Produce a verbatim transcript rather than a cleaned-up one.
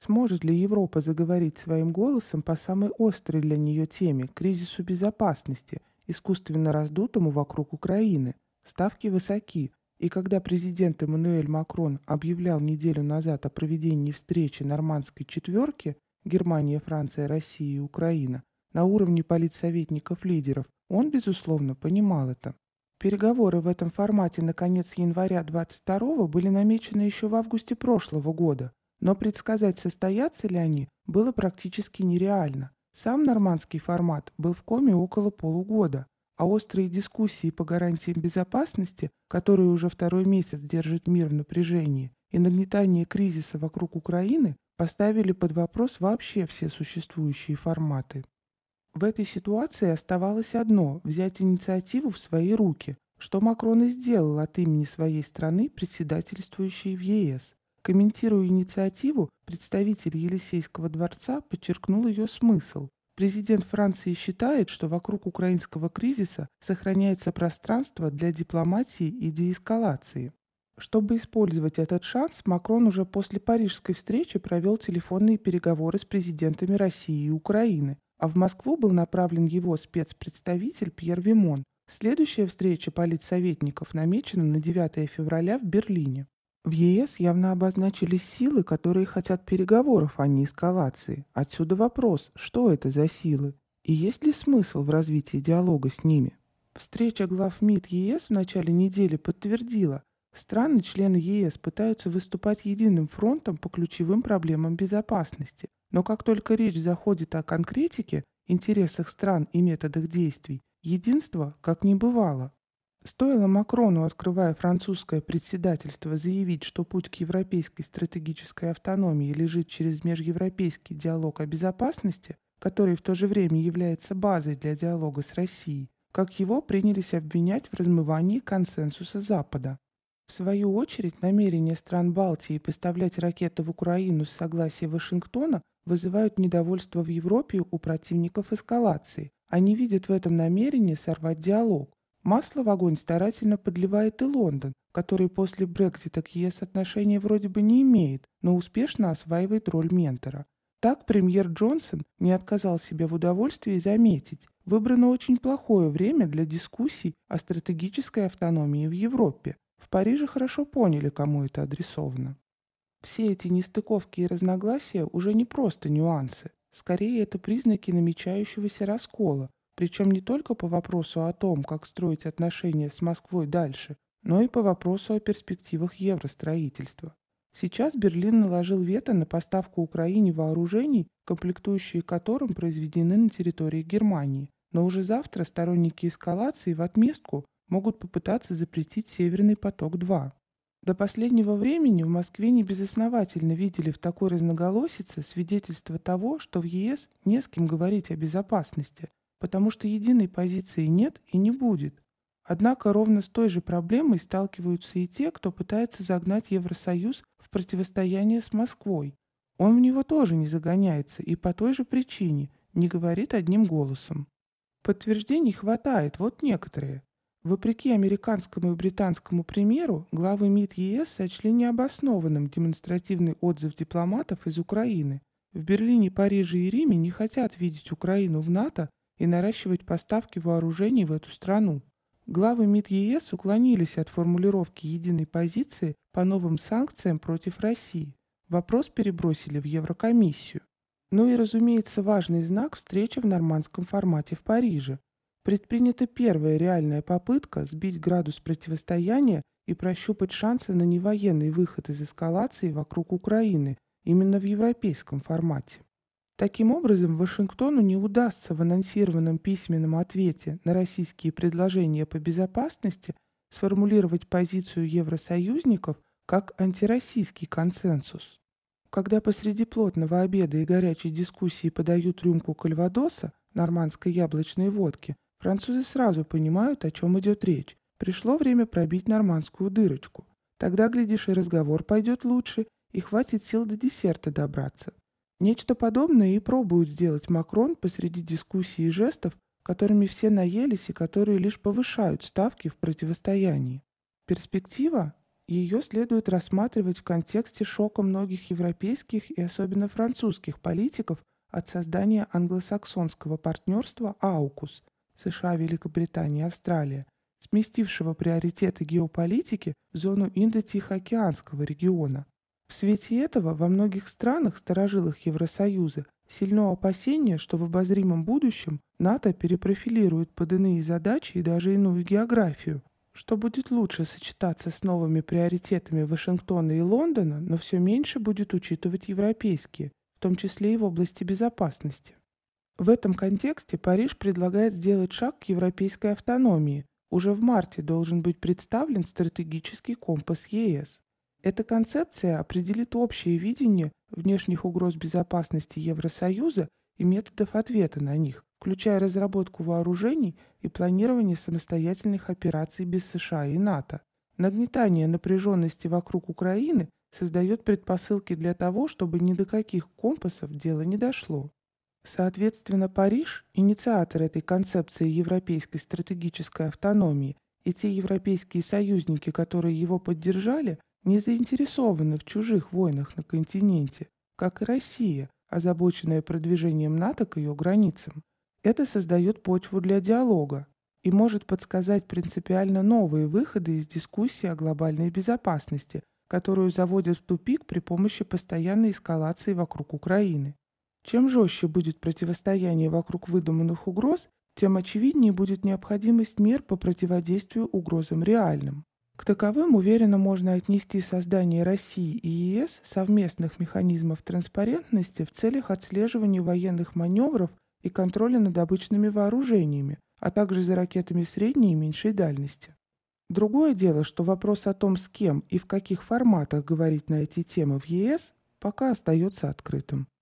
Сможет ли Европа заговорить своим голосом по самой острой для нее теме — кризису безопасности, искусственно раздутому вокруг Украины? Ставки высоки, и когда президент Эммануэль Макрон объявлял неделю назад о проведении встречи нормандской четверки — Германия, Франция, Россия и Украина — на уровне политсоветников-лидеров, он, безусловно, понимал это. Переговоры в этом формате на конец января двадцать второго были намечены еще в августе прошлого года, но предсказать, состоятся ли они, было практически нереально. Сам нормандский формат был в коме около полугода, а острые дискуссии по гарантиям безопасности, которые уже второй месяц держат мир в напряжении, и нагнетание кризиса вокруг Украины поставили под вопрос вообще все существующие форматы. В этой ситуации оставалось одно – взять инициативу в свои руки, что Макрон и сделал от имени своей страны, председательствующей в ЕС. Комментируя инициативу, представитель Елисейского дворца подчеркнул ее смысл. Президент Франции считает, что вокруг украинского кризиса сохраняется пространство для дипломатии и деэскалации. Чтобы использовать этот шанс, Макрон уже после парижской встречи провел телефонные переговоры с президентами России и Украины, а в Москву был направлен его спецпредставитель Пьер Вимон. Следующая встреча политсоветников намечена на девятое февраля в Берлине. В ЕС явно обозначились силы, которые хотят переговоров, а не эскалации. Отсюда вопрос, что это за силы? И есть ли смысл в развитии диалога с ними? Встреча глав МИД ЕС в начале недели подтвердила, страны-члены ЕС пытаются выступать единым фронтом по ключевым проблемам безопасности. Но как только речь заходит о конкретике, интересах стран и методах действий, единства как не бывало. Стоило Макрону, открывая французское председательство, заявить, что путь к европейской стратегической автономии лежит через межевропейский диалог о безопасности, который в то же время является базой для диалога с Россией, как его принялись обвинять в размывании консенсуса Запада. В свою очередь, намерение стран Балтии поставлять ракеты в Украину с согласия Вашингтона вызывают недовольство в Европе у противников эскалации. Они видят в этом намерении сорвать диалог. Масло в огонь старательно подливает и Лондон, который после Брексита к ЕС отношения вроде бы не имеет, но успешно осваивает роль ментора. Так премьер Джонсон не отказал себе в удовольствии заметить, выбрано очень плохое время для дискуссий о стратегической автономии в Европе. В Париже хорошо поняли, кому это адресовано. Все эти нестыковки и разногласия уже не просто нюансы, скорее это признаки намечающегося раскола, причем не только по вопросу о том, как строить отношения с Москвой дальше, но и по вопросу о перспективах евростроительства. Сейчас Берлин наложил вето на поставку Украине вооружений, комплектующие которым произведены на территории Германии, но уже завтра сторонники эскалации в отместку могут попытаться запретить «Северный поток-два». До последнего времени в Москве небезосновательно видели в такой разноголосице свидетельство того, что в ЕС не с кем говорить о безопасности, потому что единой позиции нет и не будет. Однако ровно с той же проблемой сталкиваются и те, кто пытается загнать Евросоюз в противостояние с Москвой. Он в него тоже не загоняется и по той же причине не говорит одним голосом. Подтверждений хватает, вот некоторые. Вопреки американскому и британскому примеру, главы МИД ЕС сочли необоснованным демонстративный отзыв дипломатов из Украины. В Берлине, Париже и Риме не хотят видеть Украину в НАТО и наращивать поставки вооружений в эту страну. Главы МИД ЕС уклонились от формулировки единой позиции по новым санкциям против России. Вопрос перебросили в Еврокомиссию. Ну и, разумеется, важный знак – встреча в нормандском формате в Париже. Предпринята первая реальная попытка сбить градус противостояния и прощупать шансы на невоенный выход из эскалации вокруг Украины именно в европейском формате. Таким образом, Вашингтону не удастся в анонсированном письменном ответе на российские предложения по безопасности сформулировать позицию евросоюзников как антироссийский консенсус. Когда посреди плотного обеда и горячей дискуссии подают рюмку кальвадоса, нормандской яблочной водки, французы сразу понимают, о чем идет речь. Пришло время пробить нормандскую дырочку. Тогда, глядишь, и разговор пойдет лучше, и хватит сил до десерта добраться. Нечто подобное и пробует сделать Макрон посреди дискуссий и жестов, которыми все наелись и которые лишь повышают ставки в противостоянии. Перспектива? Ее следует рассматривать в контексте шока многих европейских и особенно французских политиков от создания англосаксонского партнерства аукус США, Великобритания и Австралия, сместившего приоритеты геополитики в зону Индо-Тихоокеанского региона. В свете этого во многих странах, старожилах Евросоюза, сильно опасение, что в обозримом будущем НАТО перепрофилирует под иные задачи и даже иную географию, что будет лучше сочетаться с новыми приоритетами Вашингтона и Лондона, но все меньше будет учитывать европейские, в том числе и в области безопасности. В этом контексте Париж предлагает сделать шаг к европейской автономии. Уже в марте должен быть представлен стратегический компас ЕС. Эта концепция определит общее видение внешних угроз безопасности Евросоюза и методов ответа на них, включая разработку вооружений и планирование самостоятельных операций без США и НАТО. Нагнетание напряженности вокруг Украины создает предпосылки для того, чтобы ни до каких компасов дело не дошло. Соответственно, Париж, инициатор этой концепции европейской стратегической автономии, и те европейские союзники, которые его поддержали, не заинтересованы в чужих войнах на континенте, как и Россия, озабоченная продвижением НАТО к ее границам. Это создает почву для диалога и может подсказать принципиально новые выходы из дискуссии о глобальной безопасности, которую заводят в тупик при помощи постоянной эскалации вокруг Украины. Чем жестче будет противостояние вокруг выдуманных угроз, тем очевиднее будет необходимость мер по противодействию угрозам реальным. К таковым уверенно можно отнести создание России и ЕС совместных механизмов транспарентности в целях отслеживания военных маневров и контроля над обычными вооружениями, а также за ракетами средней и меньшей дальности. Другое дело, что вопрос о том, с кем и в каких форматах говорить на эти темы в ЕС, пока остается открытым.